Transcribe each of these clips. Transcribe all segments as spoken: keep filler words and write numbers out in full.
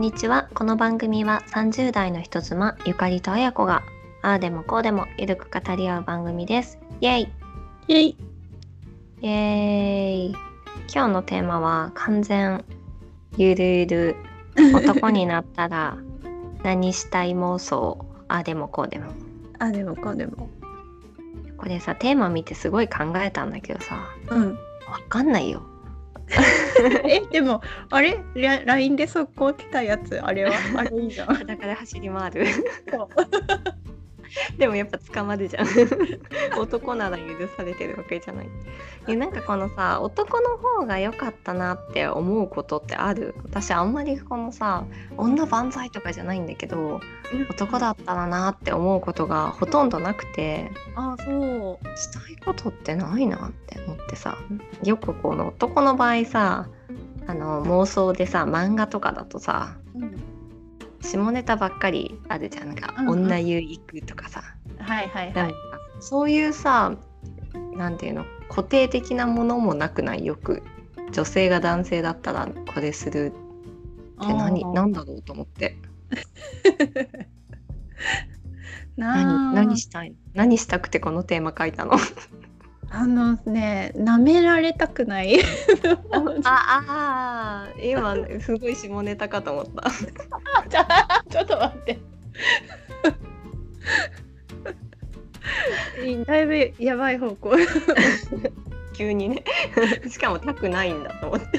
にちは。この番組はさんじゅう代の人妻ゆかりとあやこがああでもこうでもゆるく語り合う番組です。イエイイエイイエーイ。今日のテーマは完全ゆるゆる男になったら何したい妄想ああでもこうでも。 あでもこうでもこれさ、テーマ見てすごい考えたんだけどさ、 うんわかんないよ。 えでもあれ ライン で速攻来たやつあれはあれいいじゃん。 裸で走り回るそうでもやっぱ捕まるじゃん男なら許されてるわけじゃない。えなんかこのさ、男の方が良かったなって思うことってある？私あんまりこのさ、女万歳とかじゃないんだけど、男だったらなって思うことがほとんどなくて、 あそうしたいことってないなって思ってさ、よくこの男の場合さ、あの妄想でさ、漫画とかだとさ、 うん下ネタばっかりあるじゃん。なんか、うんうん、女優行くとかさ、 はいはいはい、 なんかそういうさ、なんていうの、固定的なものもなくない？よく女性が男性だったらこれするって何なんだろうと思って何何したいの？何したくてこのテーマ書いたの？ あのね、舐められたくないああ今すごい下ネタかと思ったちょ、ちょっと待ってだいぶやばい方向急にねしかもたくないんだと思って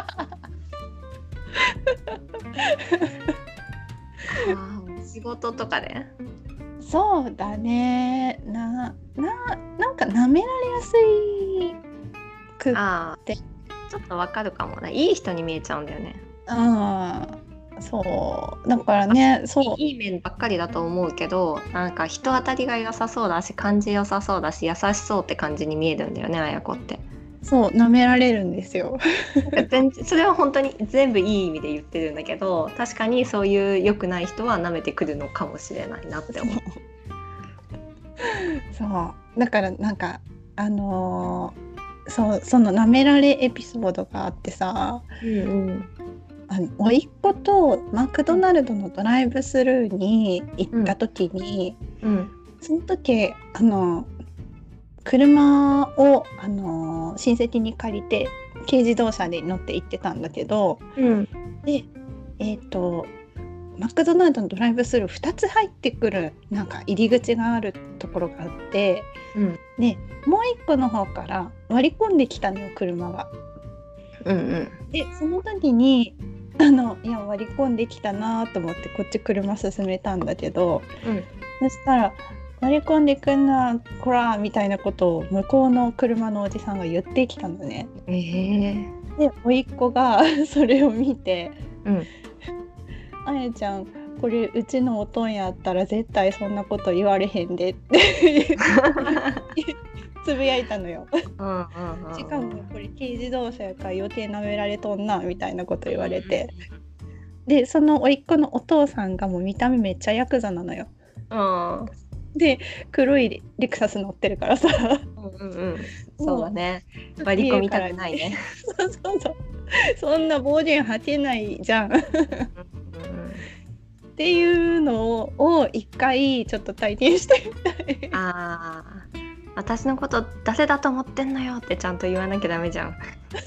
あ仕事とかでそうだねな、な、なんか舐められやすいくってあちょっとわかるかもな。いい人に見えちゃうんだよね。 あそうだからね、そういい面ばっかりだと思うけど、なんか人当たりが良さそうだし、感じ良さそうだし、優しそうって感じに見えるんだよね、あやこって。 そう舐められるんですよ全それは本当に全部いい意味で言ってるんだけど、確かにそういう良くない人は舐めてくるのかもしれないなって思う。 そうだからなんかあのー、そうその舐められエピソードがあってさ、うんうん、あの甥っ子とマクドナルドのドライブスルーに行った時に、うんうん、その時あの車を、あのー、親戚に借りて軽自動車で乗って行ってたんだけど、うん、でえっとマクドナルドのドライブスルーふたつ入ってくるなんか入り口があるところがあって、うん、でもう一個の方から割り込んできたのよ、車が、うんうん、でその時にあのいや割り込んできたなと思ってこっち車進めたんだけど、うん、そしたら割り込んでくんなこらみたいなことを向こうの車のおじさんが言ってきたのね、えー、で甥っ子がそれを見て、うんあやちゃんこれうちのおとんやったら絶対そんなこと言われへんでってつぶやいたのようんうんうんうん、しかもこれ軽自動車やから余計舐められとんなみたいなこと言われて、うん、でその甥っ子のお父さんがもう見た目めっちゃヤクザなのよ、うん、で黒いレクサス乗ってるからさ、うんうんうん、 そうだね、割り込みたくないねそうそうそうそんな暴言吐けないじゃんっていうのを一回ちょっと体験してみたい。 あー、私のこと誰だと思ってんのよってちゃんと言わなきゃダメじゃん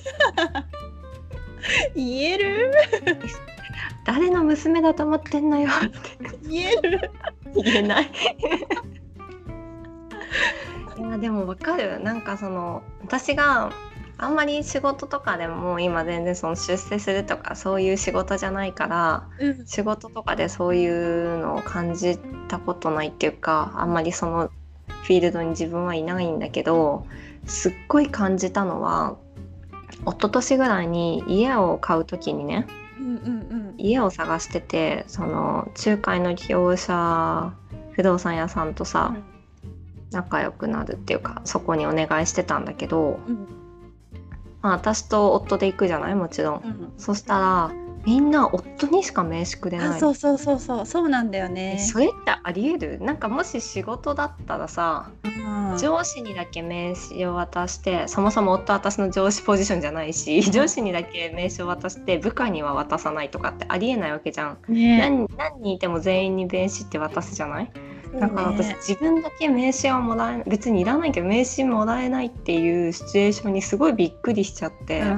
言える誰の娘だと思ってんのよって言える言えないいやでもわかる。なんかその私があんまり仕事とかでも今全然その出世するとかそういう仕事じゃないから、うん、仕事とかでそういうのを感じたことないっていうか、あんまりそのフィールドに自分はいないんだけど、すっごい感じたのは一昨年ぐらいに家を買う時にね、うんうんうん、家を探してて、その仲介の業者不動産屋さんとさ、うん、仲良くなるっていうかそこにお願いしてたんだけど、うんまあ、私と夫で行くじゃない、もちろん、うん、そしたらみんな夫にしか名刺くれないの。 あ、そうそうそうそうそうなんだよね。 それってありえる？なんかもし仕事だったらさ、うん、上司にだけ名刺を渡して、そもそも夫は私の上司ポジションじゃないし、うん、上司にだけ名刺を渡して部下には渡さないとかってありえないわけじゃん、ね、何, 何人いても全員に名刺って渡すじゃない。だから私、ね、自分だけ名刺はもらえない、別にいらないけど名刺もらえないっていうシチュエーションにすごいびっくりしちゃって、うん、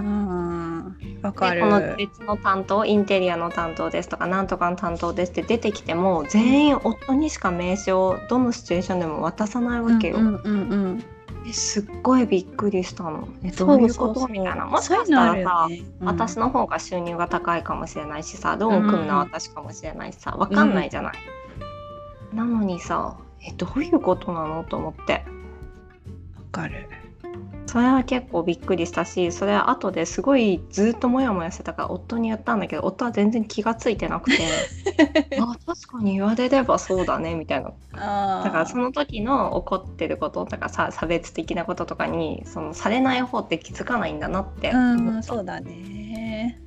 わかる。でこの別の担当、インテリアの担当ですとかなんとかの担当ですって出てきても全員夫にしか名刺をどのシチュエーションでも渡さないわけよ、うんうんうんうん、すっごいびっくりしたの。えどういうことみたいな。もしかしたらさ、ねうん、私の方が収入が高いかもしれないしさ、どう組むのは私かもしれないしさ、わかんないじゃない、うん、なのにさ、えどういうことなのと思って。 わかる。 それは結構びっくりしたし、それは後ですごいずっとモヤモヤしてたから夫に言ったんだけど、夫は全然気がついてなくてあ、確かに言われればそうだねみたいな。あだからその時の怒ってることとかさ、差別的なこととかにそのされない方って気づかないんだなって思った。 うん、そうだね。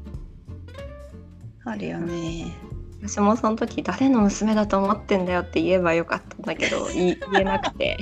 あるよね。 私もその時誰の娘だと思ってんだよって言えばよかったんだけど言えなくて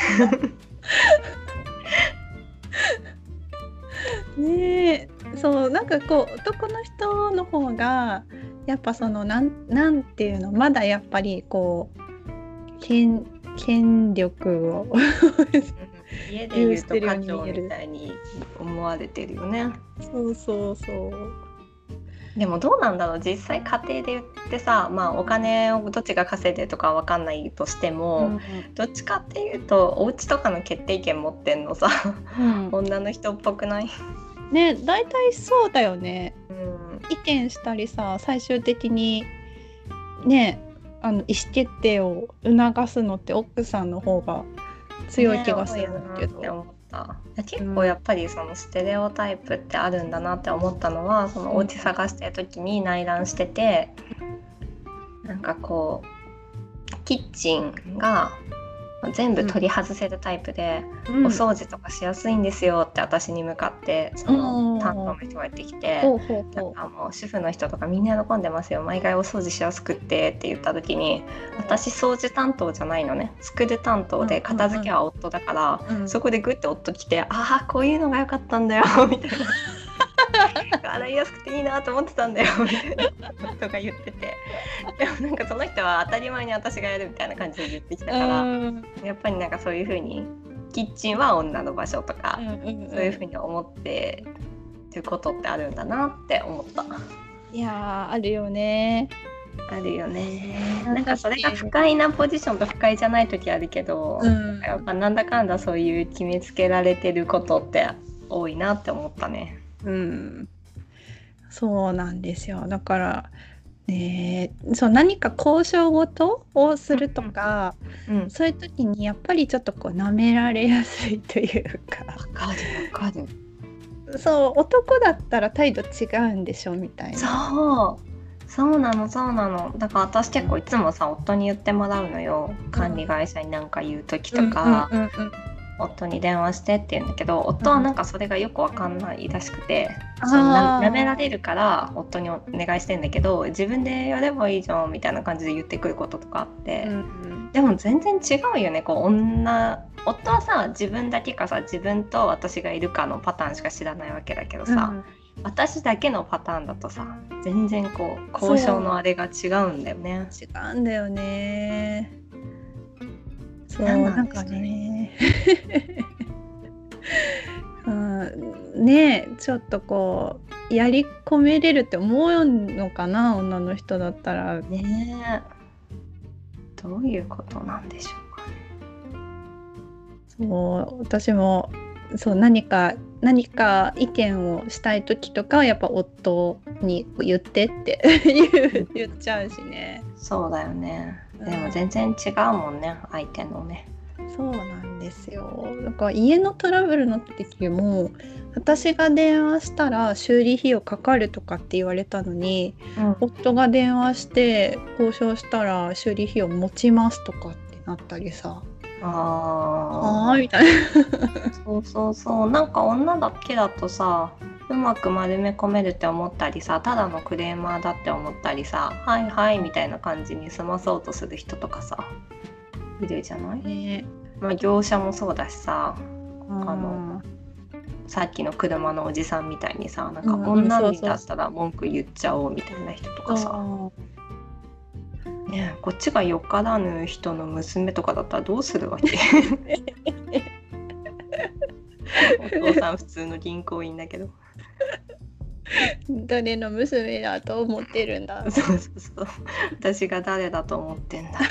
ねえ、そうなんかこう男の人の方がやっぱそのなんなんていうの、まだやっぱりこう権権力を家で言うと家長みたいに思われてるよね。 そうそうそう。 でもどうなんだろう、実際家庭で言ってさ、まあお金をどっちが稼いでるとかわかんないとしても、うん、どっちかっていうとお家とかの決定権持ってんのさ、うん、女の人っぽくない？ ね、大体そうだよね、うん、意見したりさ、最終的にね、あの意思決定を促すのって奥さんの方が強い気がするんだけど、ね、 結構やっぱりそのステレオタイプってあるんだなって思ったのは、そのお家探してる時に内覧してて、なんかこうキッチンが全部取り外せるタイプで、うん、お掃除とかしやすいんですよって私に向かってその担当の人が言ってきて、うん、なんかもう主婦の人とかみんな喜んでますよ、毎回お掃除しやすくってって言った時に、私掃除担当じゃないのね、作る担当で片付けは夫だから、うんうんうん、そこでグッて夫来て、ああこういうのが良かったんだよみたいな洗いやすくていいなと思ってたんだよみたいなとか言ってて、でもなんかその人は当たり前に私がやるみたいな感じで言ってきたから、やっぱりなんかそういう風にキッチンは女の場所とか、うんうんうん、そういう風に思ってることってあるんだなって思った。 いやーあるよね。 あるよね。なんかそれが不快なポジションと不快じゃない時あるけど、うん、やっぱなんだかんだそういう決めつけられてることって多いなって思ったね。 うん、そうなんですよ。だからね、そう何か交渉事をするとか、うんうん、そういう時にやっぱりちょっとこう舐められやすいというか。 わかるわかる。そう男だったら態度違うんでしょみたいな。 そうそうなのそうなの。だから私結構いつもさ夫に言ってもらうのよ、管理会社に何か言う時とか、うんうんうんうん、夫に電話してって言うんだけど、夫はなんかそれがよくわかんないらしくて、うん、そのな舐められるから夫にお願いしてんだけど、自分でやればいいじゃんみたいな感じで言ってくることとかあって、うんうん、でも全然違うよね。こう女夫はさ自分だけかさ、自分と私がいるかのパターンしか知らないわけだけどさ、うん、私だけのパターンだとさ全然こう交渉のあれが違うんだよね。 違うんだよね。そうなんかねうん、ねえちょっとこうやり込めれるって思うのかな、女の人だったらね。どういうことなんでしょうかね。 そう私もそう何か何か意見をしたい時とかはやっぱ夫に言ってって言, 言っちゃうしね。 そうだよね。でも全然違うもんね、相手のね。 そうなんですよ。だから家のトラブルの時も私が電話したら修理費用かかるとかって言われたのに、うん、夫が電話して交渉したら修理費用持ちますとかってなったりさ、ああーみたいなそうそうそう、なんか女だけだとさうまく丸め込めるって思ったりさ、ただのクレーマーだって思ったりさ、はいはいみたいな感じに済まそうとする人とかさいるじゃない、ね、まあ、業者もそうだしさ、あのさっきの車のおじさんみたいにさ、なんか女にだったら文句言っちゃおうみたいな人とかさ、ね、こっちがよからぬ人の娘とかだったらどうするわけお父さん普通の銀行員だけど誰の娘だと思ってるんだ。 そうそうそう、私が誰だと思ってんだ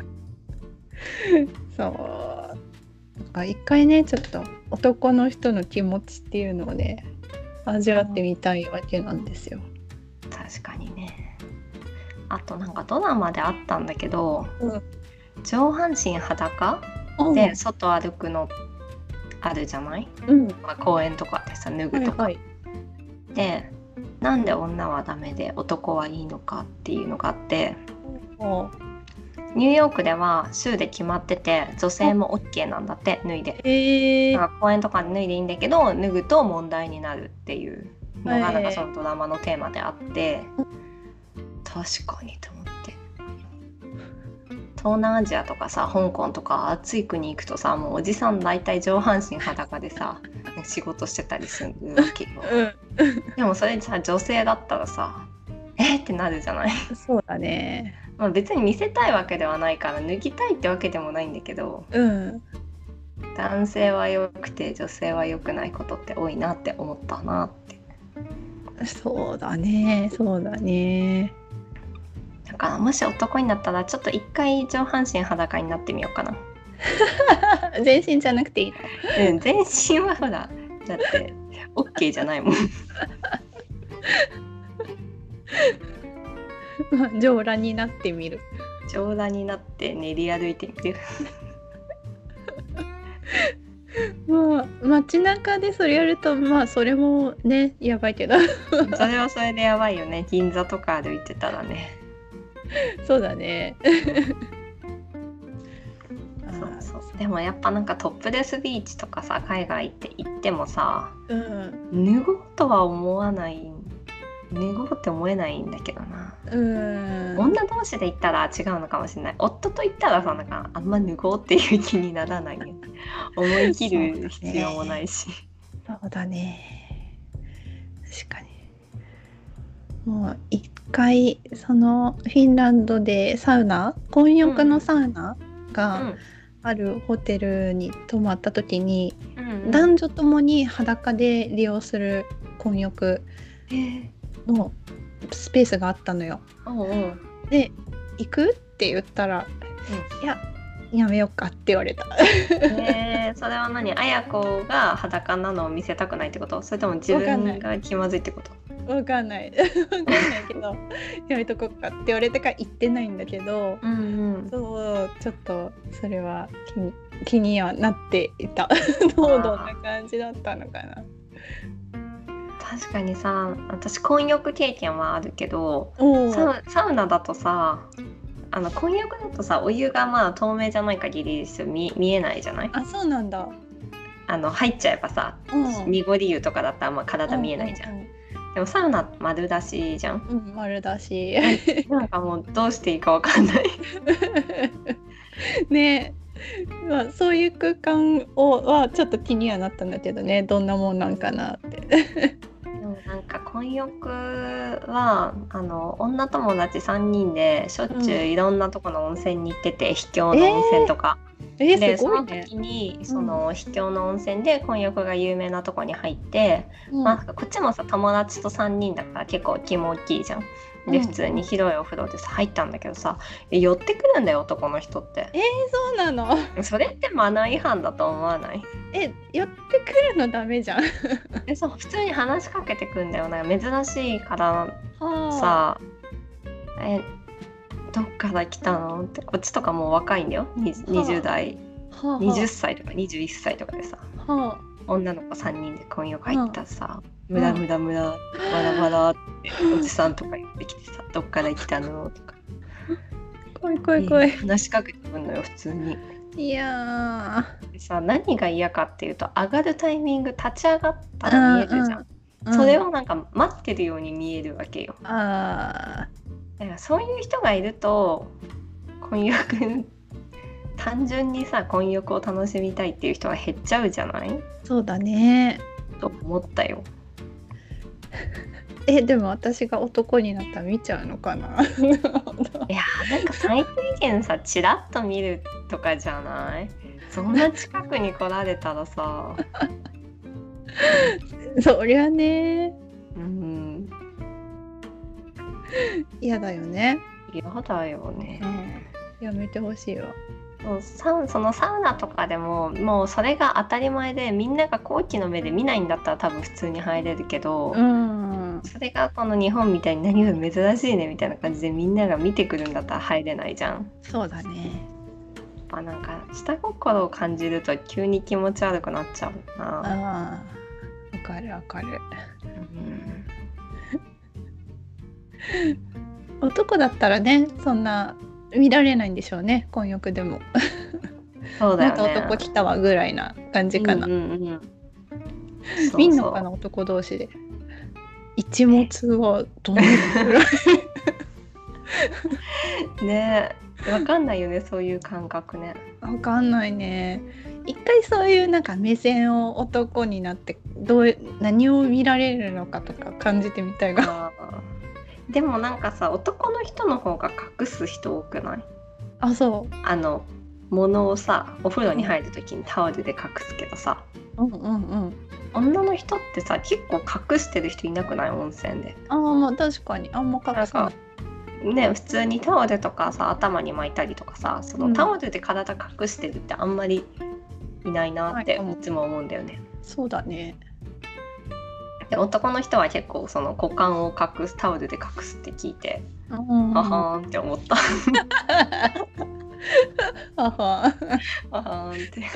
そう一回ね、ちょっと男の人の気持ちっていうのをね味わってみたいわけなんですよ。 確かにね。あとなんかドラマであったんだけど、うん、上半身裸で外歩くのあるじゃない、うん、まあ、公園とかでさ脱ぐとか、はいはい、でなんで女はダメで男はいいのかっていうのがあって、うん、ニューヨークでは州で決まってて女性も OK なんだって、脱いで、えー、だから公園とかで脱いでいいんだけど脱ぐと問題になるっていうのがなんかそのドラマのテーマであって、えー、確かにと思って、東南アジアとかさ香港とか暑い国行くとさ、もうおじさん大体上半身裸でさ仕事してたりするわけよ、うん、でもそれさ女性だったらさえー、ってなるじゃない。 そうだね、 まあ、別に見せたいわけではないから脱ぎたいってわけでもないんだけど、うん、男性は良くて女性は良くないことって多いなって思ったなって。 そうだねそうだね。 だからもし男になったらちょっと一回上半身裸になってみようかな全身じゃなくていいの？うん、全身はほらだって OK じゃないもんまあ、上裸になってみる。 上裸になって練り歩いてみるまあ街中でそれやるとまあそれもねやばいけどそれはそれでやばいよね。銀座とか歩いてたらねそうだねそうそう。でもやっぱなんかトップレスビーチとかさ海外って行ってもさ、うん、脱ごうとは思わない脱ごうって思えないんだけどな。うん、女同士で行ったら違うのかもしれない。夫と行ったらさなんかあんま脱ごうっていう気にならないよね思い切る必要もないし。 そうだね、確かに。もう一回そのフィンランドでサウナ混浴のサウナがあるホテルに泊まった時に、うんうん、男女ともに裸で利用する混浴のスペースがあったのよ。おうおうで行くって言ったら、うん、いややめようかって言われた。 えー、それは何？あやこが裸なのを見せたくないってこと？それとも自分が気まずいってこと？ わかんないわかんないけどやめとこうかって言われたから言ってないんだけど、うんうん、そうちょっとそれは気に、気にはなっていたどんな感じだったのかな。 確かにさ私混浴経験はあるけどサ ウ, サウナだとさあの混浴だとさお湯がまあ透明じゃない限り 見, 見えないじゃない？ あ、そうなんだ。 あの入っちゃえばさ、うん、濁り湯とかだったらまあ体見えないじゃん、うんうんうん、でもサウナ丸出しじゃん、 うん、丸出しなんかもうどうしていいかわかんないねえ、まあ、そういう空間をはちょっと気にはなったんだけどね、どんなもんなんかなってでもなんか混浴はあの女友達さんにんでしょっちゅういろんなとこの温泉に行ってて、うん、秘境の温泉とか、えー、で、すごいね、その時にその秘境の温泉で混浴が有名なとこに入って、うん、まあ、こっちもさ友達とさんにんだから結構気も大きいじゃん。で普通に広いお風呂でさ入ったんだけどさ、寄ってくるんだよ男の人って。 えー、そうなの？ それってマナー違反だと思わない？ え、寄ってくるのダメじゃんえ、そう普通に話しかけてくんだよ。なんか珍しいからさ、えどっから来たのって、こっちとかもう若いんだよ、にじゅう代、はあ、にじゅっさいとかにじゅういっさいとかでさ、はあ、女の子さんにんで混浴入ったらさ、はあ、ムラムラムラバラバラっておじさんとか言ってきてさどっから来たのとか怖い怖い怖い、 話しかけてくんのよ普通に。 いやでさ何が嫌かっていうと上がるタイミング立ち上がったら見えるじゃん、 それをなんか待ってるように見えるわけよ。 うん、あだからそういう人がいると混浴単純にさ混浴を楽しみたいっていう人は減っちゃうじゃない？ そうだねと思ったよ。 えでも私が男になったら見ちゃうのかな。 いやなんか最低限さチラッと見るとかじゃない？そんな近くに来られたらさそりゃねうん嫌だよね。 嫌だよね、 うん、やめてほしいわ。 そうサウそのサウナとかでももうそれが当たり前でみんなが好奇の目で見ないんだったら多分普通に入れるけど、 うん、 それがこの日本みたいに何が珍しいねみたいな感じでみんなが見てくるんだったら入れないじゃん。 そうだね。 やっぱなんか下心を感じると急に気持ち悪くなっちゃうな。 あわかるわかる、うん、男だったらねそんな見られないんでしょうね混浴でも。 そうだよね。 また男来たわぐらいな感じかな。 うんうんうん、 見んのかな男同士で。一物はどのくらいねえわかんないよねそういう感覚ね。 わかんないね。一回そういうなんか目線を男になってどう何を見られるのかとか感じてみたいが。 でもなんかさ男の人の方が隠す人多くない？ あそうあの物をさお風呂に入る時にタオルで隠すけどさ、 うんうんうん、 女の人ってさ結構隠してる人いなくない？温泉で。 ああまあ確かにあんま隠さない。 ね、普通にタオルとかさ頭に巻いたりとかさそのタオルで体隠してるってあんまりいないなっていつも思うんだよね。 そうだね。 で男の人は結構その股間を隠すタオルで隠すって聞いて、うん、ははーんって思った。 ははははーんって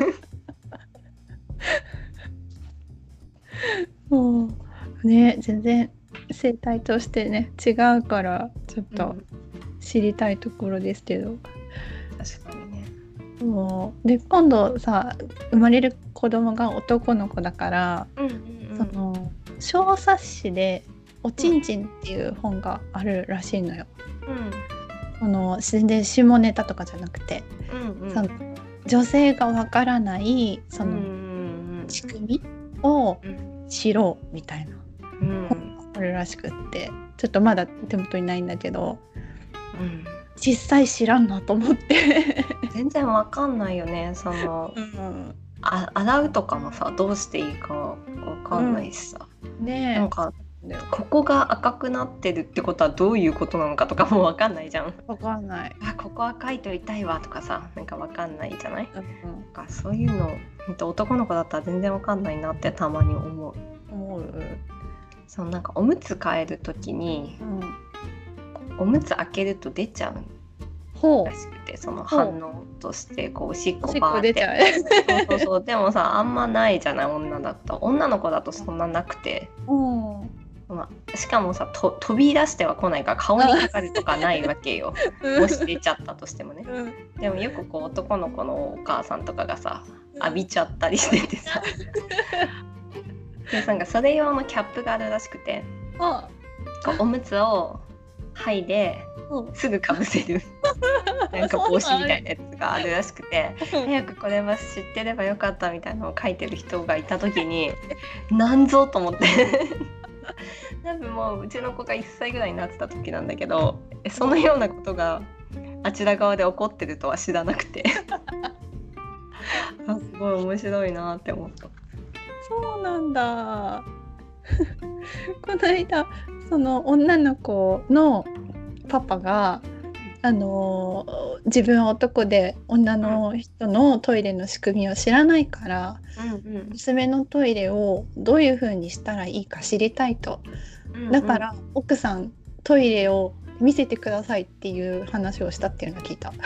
もうね全然生態としてね違うからちょっと知りたいところですけど、うん、 確かにね。 もうで今度さ生まれる子供が男の子だから、うんうんうん、その小冊子でおちんちんっていう本があるらしいのよ、うん、その全然下ネタとかじゃなくて、うんうん、その女性がわからないその仕組みを知ろうみたいな本があるらしくって、ちょっとまだ手元にないんだけど、うん、実際知らんなと思って全然わかんないよねその、うん、あ洗うとかもさどうしていいかわかんないしさ、うん、ねえなんかここが赤くなってるってことはどういうことなのかとかもわかんないじゃん。 わかんない。 あここ赤いと痛いわとかさなんかわかんないじゃない、うんうん、なんかそういうの男の子だったら全然わかんないなってたまに思う。思う。そうなんかおむつ替えるときに、うん、おむつ開けると出ちゃうほうらしくてその反応としてこうおしっこバーってそうそうそうでもさあんまないじゃない女だと。女の子だとそんななくて、うんまあ、しかもさと飛び出しては来ないから顔にかかるとかないわけよもし出ちゃったとしてもね、うん、でもよくこう男の子のお母さんとかがさ浴びちゃったりしててさでなんかそれ用のキャップがあるらしくて、こうおむつを剥いですぐかぶせるなんか帽子みたいなやつがあるらしくて早くこれは知ってればよかったみたいなのを書いてる人がいた時になんぞと思って多分もううちの子がいっさいぐらいになってた時なんだけどそのようなことがあちら側で起こってるとは知らなくてあすごい面白いなって思った。 そうなんだこの間その女の子のパパがあの自分は男で女の人のトイレの仕組みを知らないから、うんうん、娘のトイレをどういう風にしたらいいか知りたいと、うんうん、だから奥さんトイレを見せてくださいっていう話をしたっていうのを聞いた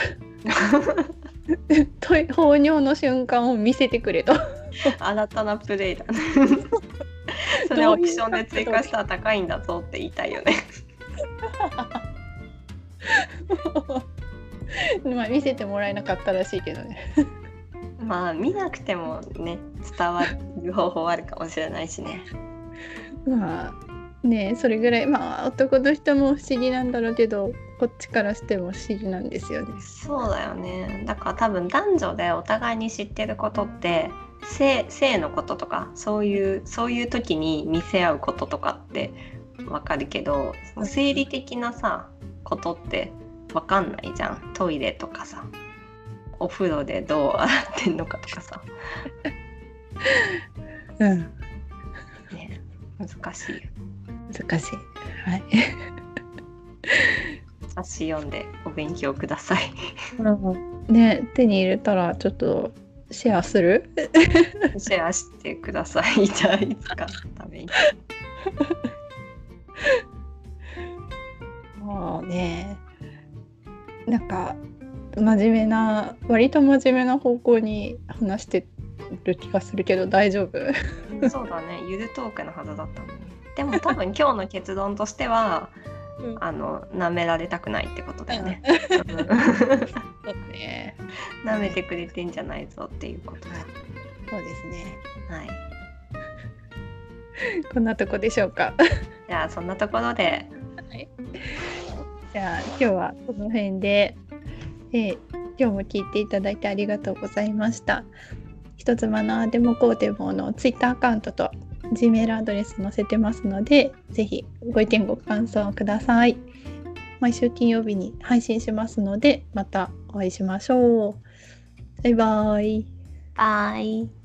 放尿の瞬間を見せてくれと新たなプレイだねそれオプションで追加したら高いんだぞって言いたいよねまあ見せてもらえなかったらしいけどねまあ見なくてもね伝わる方法あるかもしれないしねまあね、それぐらい、まあ男の人も不思議なんだろうけど、こっちからしても不思議なんですよね。 そうだよね。だから多分男女でお互いに知ってることって性、性のこととかそういうそういう時に見せ合うこととかってわかるけど、生理的なさことってわかんないじゃん。トイレとかさ、お風呂でどう洗ってんのかとかさ。 うん。 ね、難しい。 難しい。はい。 冊子読んでお勉強ください。 うん、ね、手に入れたらちょっとシェアする？ シェアしてください。じゃあいつかために。 もうね、なんか真面目な、割と真面目な方向に話してる気がするけど大丈夫？ そうだね、ゆるトークのはずだったのに。でも多分今日の結論としては、うん、あの舐められたくないってことだよね。そうね。舐めてくれてんじゃないぞっていうことだ。 そうですね。 はい。 こんなとこでしょうか。 じゃあそんなところで。 はい。じゃあ今日はこの辺で、えー、今日も聞いていただいてありがとうございました。人妻のあでもこうでものツイッターアカウントと Gmail アドレス載せてますので、ぜひご意見ご感想ください。毎週金曜日に配信しますので、またお会いしましょう。バイバイ。 バイ。